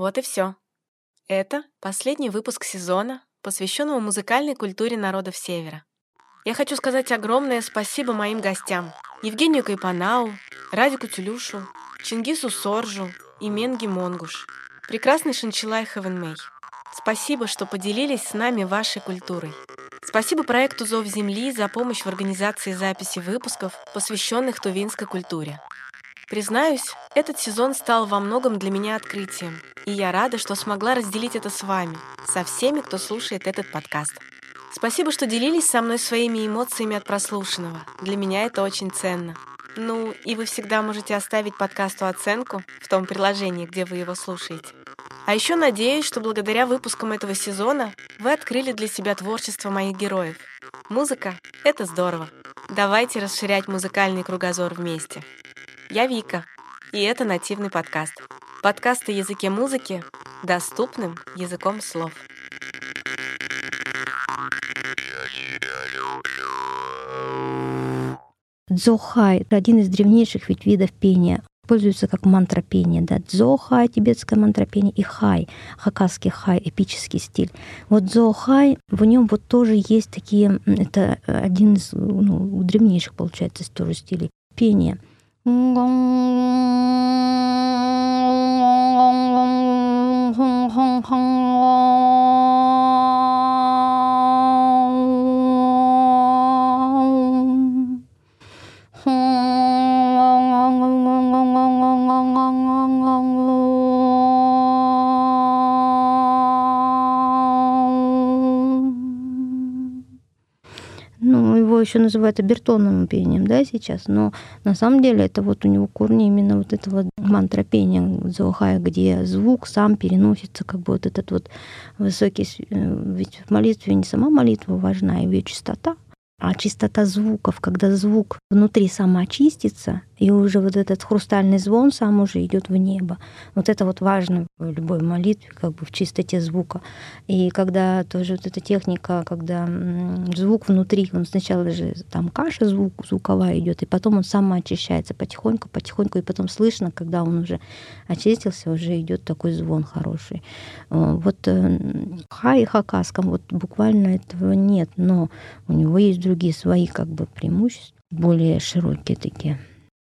Вот и все. Это последний выпуск сезона, посвященного музыкальной культуре народов Севера. Я хочу сказать огромное спасибо моим гостям: Евгению Кайпанау, Радику Тюлюшу, Чингису Соржу и Менги Монгуш, прекрасный Шанчилай Хавенмей. Спасибо, что поделились с нами вашей культурой. Спасибо проекту «Зов Земли» за помощь в организации записи выпусков, посвященных тувинской культуре. Признаюсь, этот сезон стал во многом для меня открытием, и я рада, что смогла разделить это с вами, со всеми, кто слушает этот подкаст. Спасибо, что делились со мной своими эмоциями от прослушанного. Для меня это очень ценно. Ну, и вы всегда можете оставить подкасту оценку в том приложении, где вы его слушаете. А еще надеюсь, что благодаря выпускам этого сезона вы открыли для себя творчество моих героев. Музыка — это здорово. Давайте расширять музыкальный кругозор вместе. Я Вика, и это нативный подкаст. Подкаст о языке музыки доступным языком слов. Дзохай — один из древнейших ведь видов пения. Используется как мантра пения. Да? Дзохай — тибетское мантра пения, и хай, хакасский хай, эпический стиль. Вот дзохай, в нем вот тоже есть такие, это один из древнейших, получается, тоже стилей пения. Его еще называют обертонным пением, да, сейчас, но на самом деле это вот у него корни именно вот этого мантра пения дзохая, где звук сам переносится, как бы вот этот вот высокий, ведь в молитве не сама молитва важна, а ее чистота, а чистота звуков, когда звук внутри сам очистится, и уже вот этот хрустальный звон сам уже идет в небо. Вот это вот важно в любой молитве, как бы в чистоте звука. И когда тоже вот эта техника, когда звук внутри, он сначала же там каша звуковая идет, и потом он сам очищается потихоньку, и потом слышно, когда он уже очистился, уже идет такой звон хороший. Вот хай хакаском вот буквально этого нет, но у него есть другие свои как бы преимущества, более широкие такие.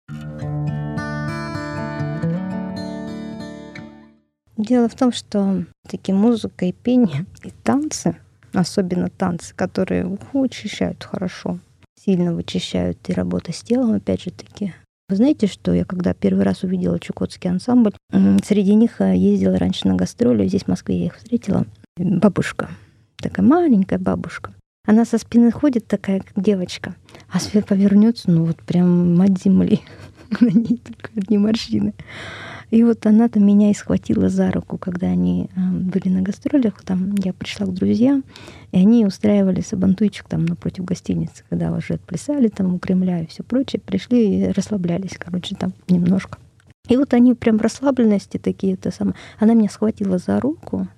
Дело в том, что такие музыка и пение, и танцы, особенно танцы, которые ухо очищают хорошо, сильно вычищают, и работа с телом, опять же таки. Вы знаете, что я когда первый раз увидела чукотский ансамбль, среди них ездила раньше на гастроли, здесь в Москве я их встретила, бабушка, такая маленькая бабушка. Она со спины ходит такая, как девочка, а свет повернется, ну вот прям мать земли. На ней только одни морщины. И вот она-то меня и схватила за руку, когда они были на гастролях. Там я пришла к друзьям, и они устраивали сабантуйчик там напротив гостиницы, когда уже отплясали там у Кремля и все прочее. Пришли и расслаблялись, короче, там немножко. И вот они прям в расслабленности такие, это самое. Она меня схватила за руку,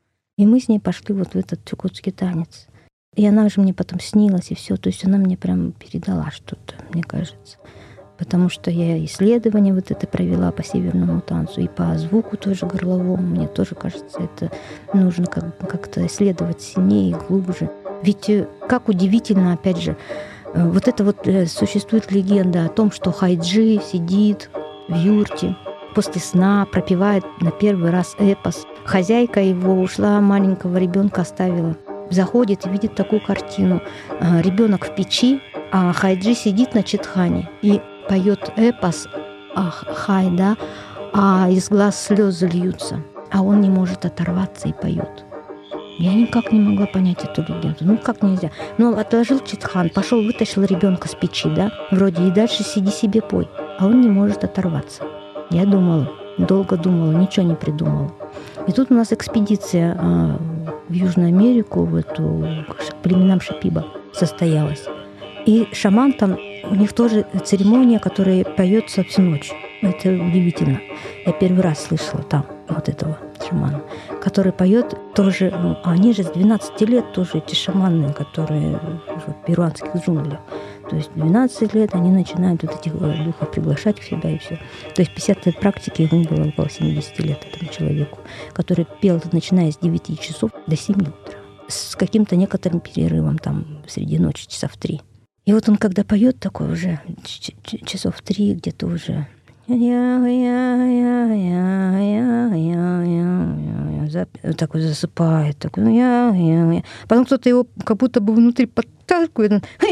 и мы с ней пошли вот в этот чукотский танец. И она же мне потом снилась, и все. То есть она мне прям передала что-то, мне кажется. Потому что я исследование вот это провела по северному танцу, и по звуку тоже горловому. Мне тоже кажется, это нужно как-то исследовать сильнее и глубже. Ведь как удивительно, опять же, вот это вот существует легенда о том, что Хайджи сидит в юрте, после сна пропевает на первый раз эпос. Хозяйка его ушла, маленького ребенка оставила. Заходит и видит такую картину. Ребенок в печи, а Хайджи сидит на читхане и поет эпос хай, да, а из глаз слезы льются, а он не может оторваться и поет. Я никак не могла понять эту легенду. Ну как нельзя? Ну отложил читхан, пошел, вытащил ребенка с печи, да, вроде, и дальше сиди себе пой, а он не может оторваться. Я думала, долго думала, ничего не придумала. И тут у нас экспедиция в Южную Америку, в эту к племенам Шипиба состоялась. И шаман там, у них тоже церемония, которая поется всю ночь. Это удивительно. Я первый раз слышала там вот этого шамана, который поет тоже, они же с 12 лет тоже эти шаманы, которые в перуанских джунглях. То есть 12 лет они начинают вот этих духов приглашать к себе и все. То есть 50 лет практики, ему было около 70 лет этому человеку, который пел, начиная с 9 часов до 7 утра, с каким-то некоторым перерывом там среди ночи, часа в 3. И вот он, когда поет такой уже часов 3, где-то уже такой засыпает, такой, потом кто-то его как будто бы внутри подталкивает, и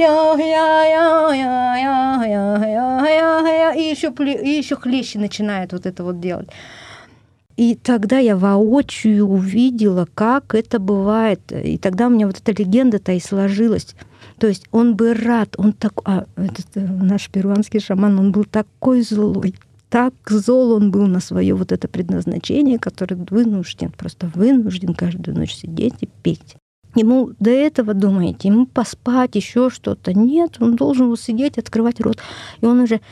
еще хлеще начинает вот это вот делать. И тогда я воочию увидела, как это бывает. И тогда у меня вот эта легенда-то и сложилась. То есть он бы рад, этот наш перуанский шаман, он был такой злой, так зол он был на свое вот это предназначение, которое просто вынужден каждую ночь сидеть и петь. Ему до этого, думаете, ему поспать, еще что-то. Нет, он должен вот сидеть, открывать рот. И он уже...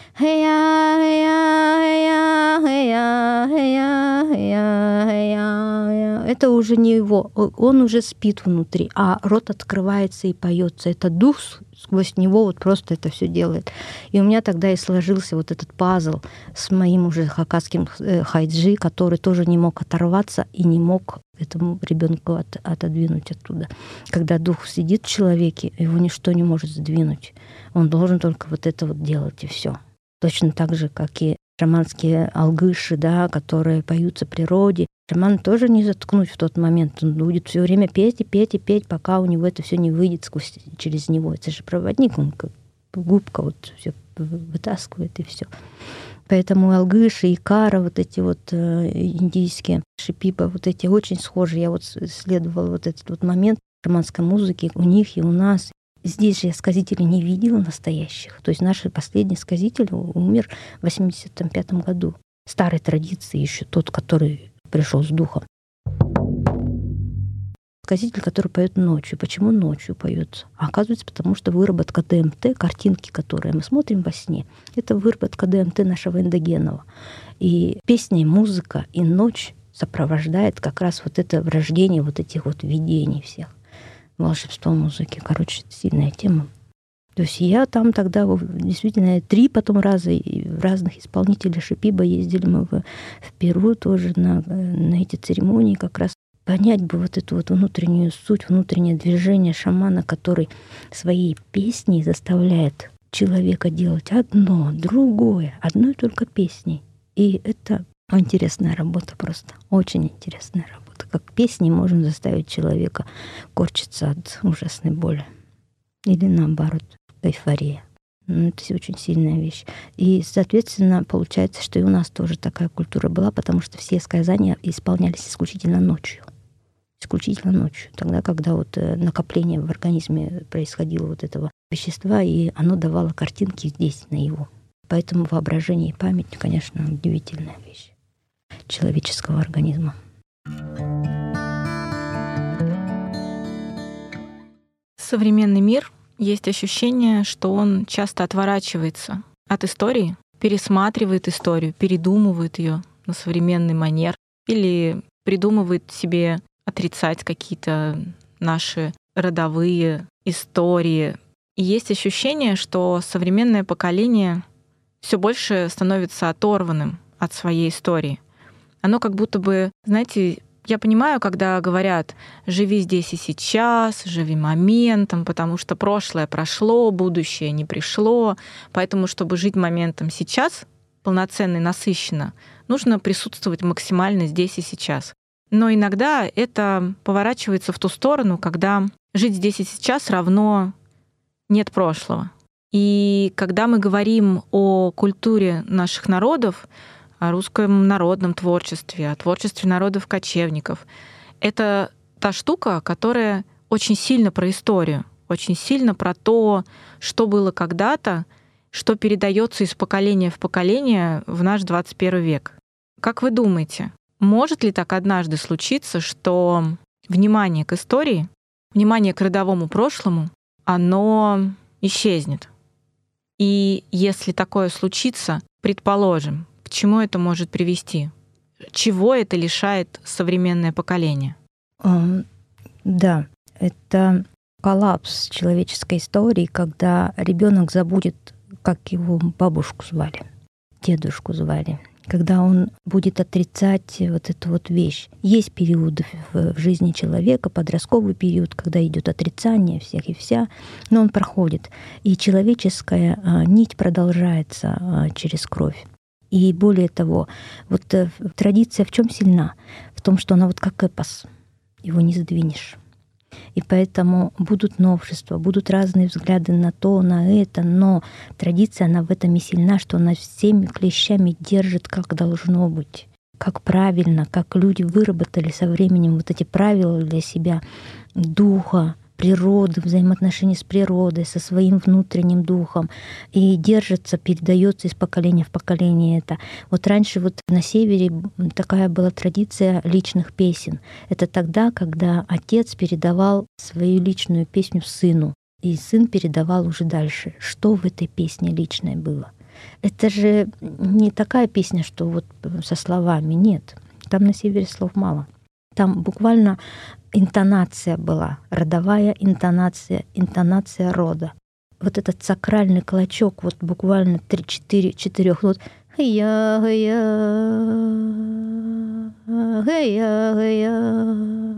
Это уже не его. Он уже спит внутри, а рот открывается и поется. Это дух сквозь него вот просто это все делает. И у меня тогда и сложился вот этот пазл с моим уже хакасским хайджи, который тоже не мог оторваться и не мог этому ребенку отодвинуть оттуда. Когда дух сидит в человеке, его ничто не может сдвинуть. Он должен только вот это вот делать, и все. Точно так же, как и шаманские алгыши, да, которые поются природе. Шаман тоже не заткнуть в тот момент. Он будет все время петь и петь и петь, пока у него это все не выйдет через него. Это же проводник, он как губка вот все вытаскивает и все. Поэтому алгыши, икара, вот эти вот индийские шипипа, вот эти очень схожи. Я вот исследовала вот этот вот момент шаманской музыки у них и у нас. Здесь же я сказителей не видела настоящих. То есть наш последний сказитель умер в 85 году. Старой традиции еще тот, который пришел с духом. Сказитель, который поет ночью. Почему ночью поет? А оказывается, потому что выработка ДМТ, картинки, которые мы смотрим во сне, это выработка ДМТ нашего эндогенного. И песня, и музыка, и ночь сопровождает как раз вот это рождение вот этих вот видений всех. Волшебство музыки. Короче, сильная тема. То есть я там тогда действительно 3 потом раза и разных исполнителей шипиба ездили мы в Перу тоже на эти церемонии как раз. Понять бы вот эту вот внутреннюю суть, внутреннее движение шамана, который своей песней заставляет человека делать одно, другое, одной только песней. И это интересная работа просто, очень интересная работа. Как песней можно заставить человека корчиться от ужасной боли. Или наоборот, эйфория. Это очень сильная вещь. И, соответственно, получается, что и у нас тоже такая культура была, потому что все сказания исполнялись исключительно ночью. Исключительно ночью. Тогда, когда вот накопление в организме происходило вот этого вещества, и оно давало картинки здесь, наяву. Поэтому воображение и память, конечно, удивительная вещь человеческого организма. Современный мир, есть ощущение, что он часто отворачивается от истории, пересматривает историю, передумывает ее на современный манер или придумывает себе отрицать какие-то наши родовые истории. И есть ощущение, что современное поколение все больше становится оторванным от своей истории. Оно как будто бы, знаете, я понимаю, когда говорят «живи здесь и сейчас», «живи моментом», потому что прошлое прошло, будущее не пришло. Поэтому, чтобы жить моментом сейчас, полноценно и насыщенно, нужно присутствовать максимально здесь и сейчас. Но иногда это поворачивается в ту сторону, когда жить здесь и сейчас равно нет прошлого. И когда мы говорим о культуре наших народов, о русском народном творчестве, о творчестве народов-кочевников, это та штука, которая очень сильно про историю, очень сильно про то, что было когда-то, что передается из поколения в поколение в наш 21 век. Как вы думаете, может ли так однажды случиться, что внимание к истории, внимание к родовому прошлому, оно исчезнет? И если такое случится, предположим, к чему это может привести? чего это лишает современное поколение? Да, это коллапс человеческой истории, когда ребенок забудет, как его бабушку звали, дедушку звали, когда он будет отрицать вот эту вот вещь. Есть периоды в жизни человека, подростковый период, когда идет отрицание всех и вся, но он проходит. И человеческая нить продолжается через кровь. И более того, вот традиция в чем сильна? В том, что она вот как эпос, его не сдвинешь. И поэтому будут новшества, будут разные взгляды на то, на это, но традиция, она в этом и сильна, что она всеми клещами держит, как должно быть, как правильно, как люди выработали со временем вот эти правила для себя духа, природы, взаимоотношений с природой, со своим внутренним духом. И держится, передается из поколения в поколение это. Вот раньше вот на севере такая была традиция личных песен. Это тогда, когда отец передавал свою личную песню сыну, и сын передавал уже дальше. Что в этой песне личное было? Это же не такая песня, что вот со словами. Нет. Там на севере слов мало. Там буквально интонация была, родовая интонация, интонация рода. Вот этот сакральный клочок, вот буквально 3-4 нот. Хая, хая, хая, хая.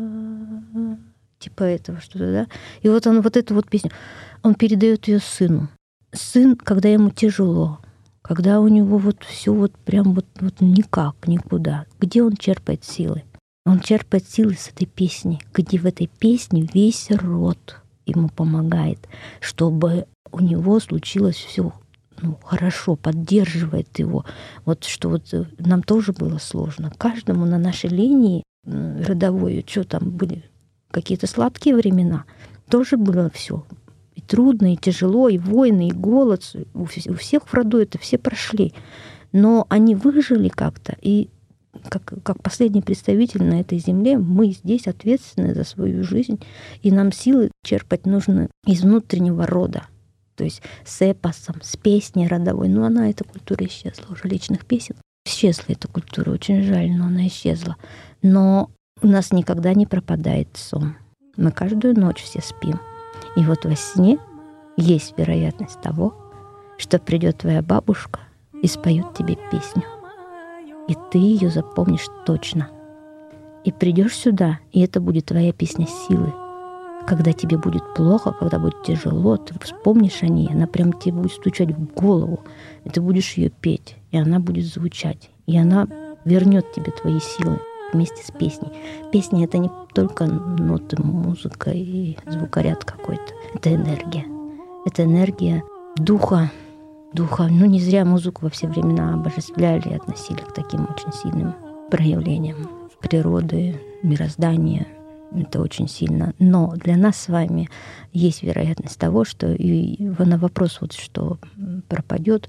Типа этого что-то, да? И вот он вот эту вот песню, он передает ее сыну. Сын, когда ему тяжело, когда у него вот все вот прям вот никак, никуда. Где он черпает силы? Он черпает силы с этой песни, где в этой песне весь род ему помогает, чтобы у него случилось все хорошо, поддерживает его. Вот что вот нам тоже было сложно. Каждому на нашей линии родовой, что там были какие-то сладкие времена, тоже было все и трудно, и тяжело, и войны, и голод. У всех в роду это все прошли. Но они выжили как-то, и как последний представитель на этой земле, мы здесь ответственны за свою жизнь, и нам силы черпать нужно из внутреннего рода. То есть с эпосом, с песней родовой. Но эта культура исчезла уже, личных песен. Исчезла эта культура, очень жаль, но она исчезла. Но у нас никогда не пропадает сон. Мы каждую ночь все спим. И вот во сне есть вероятность того, что придет твоя бабушка и споет тебе песню. И ты ее запомнишь точно. И придешь сюда, и это будет твоя песня силы. Когда тебе будет плохо, когда будет тяжело, ты вспомнишь о ней, она прям тебе будет стучать в голову, и ты будешь ее петь, и она будет звучать, и она вернет тебе твои силы вместе с песней. Песня — это не только ноты, музыка и звукоряд какой-то. Это энергия. Это энергия духа. Не зря музыку во все времена обожествляли и относили к таким очень сильным проявлениям природы, мироздания. Это очень сильно. Но для нас с вами есть вероятность того, что и на вопрос, вот что пропадет.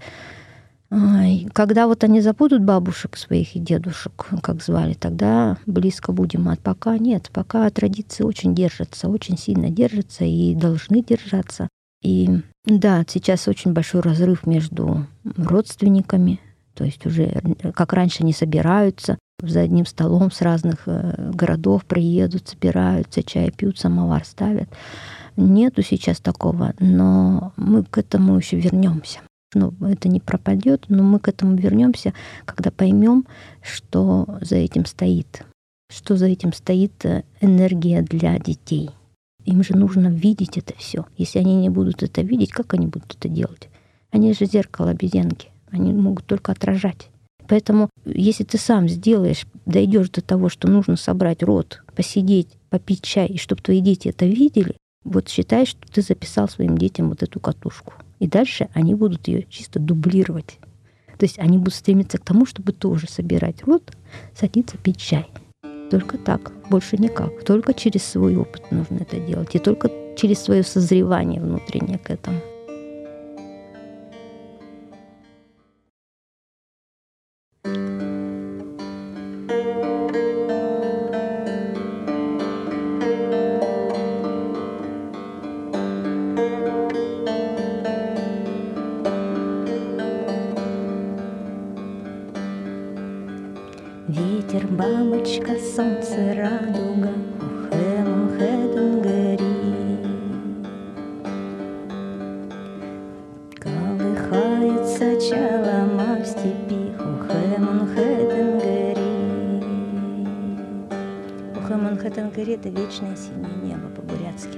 Когда вот они забудут бабушек своих и дедушек, как звали, тогда близко будем. А пока нет, пока традиции очень держатся, очень сильно держатся и должны держаться. И да, сейчас очень большой разрыв между родственниками, то есть уже, как раньше, не собираются за одним столом с разных городов, приедут, собираются, чай пьют, самовар ставят. Нету сейчас такого, но мы к этому еще вернемся. Это не пропадет, но мы к этому вернемся, когда поймем, что за этим стоит. Что за этим стоит энергия для детей. Им же нужно видеть это все. Если они не будут это видеть, как они будут это делать? Они же зеркало, обезьянки. Они могут только отражать. Поэтому, если ты сам сделаешь, дойдешь до того, что нужно собрать род, посидеть, попить чай, и чтобы твои дети это видели, вот считай, что ты записал своим детям вот эту катушку. И дальше они будут ее чисто дублировать. То есть они будут стремиться к тому, чтобы тоже собирать род, садиться пить чай. Только так, больше никак. Только через свой опыт нужно это делать. И только через свое созревание внутреннее к этому. Ветер, бабочка, солнце, радуга, Манхэттен горит. Колыхается чалама в степи, Манхэттен горит. Манхэттен горит — это вечное синее небо по-бурятски.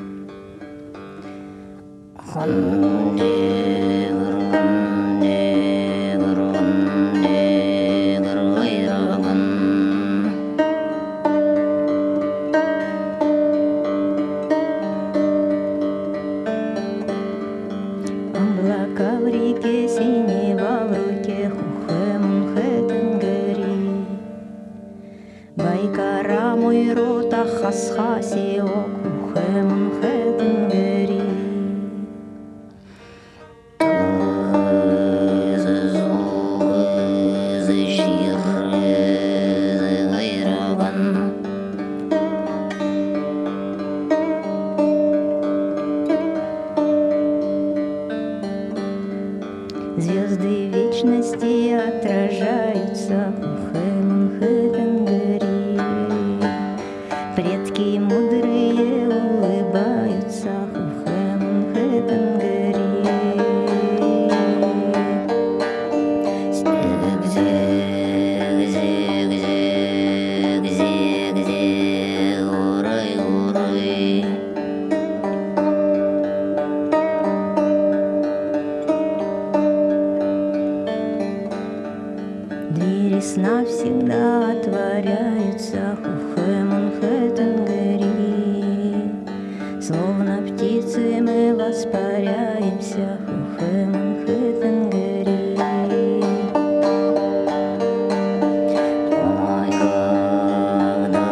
Облака в реке, синева в руке, Манхэттен горит. Байкара мой рот, Ахасхасиок, Манхэттен горит. Звезды вечности отражаются, Манхэттен горит. Предки мудрые улыбаются, Манхэттен горит. Где, урай, урай. Двери сна всегда отворяются, Манхэттен горит. Словно птицы мы воспаряемся, Манхэттен горит. Ой, когда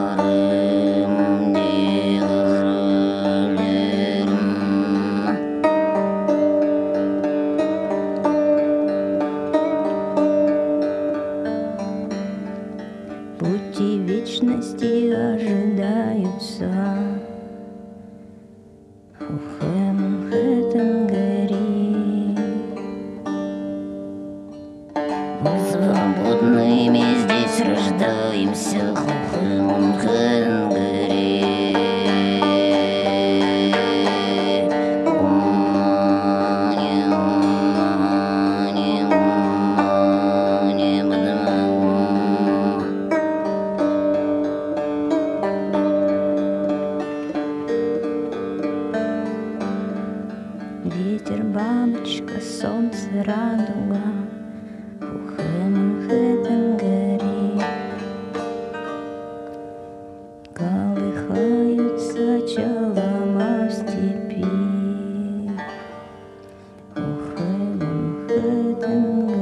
пути вечности ожидаются, Манхэттен горит. Мы свободными здесь рождаемся, Манхэттен горит. Ветер, бабочка, солнце, радуга, Манхэттен горит. Колыхаются чалама в степи, Манхэттен горит.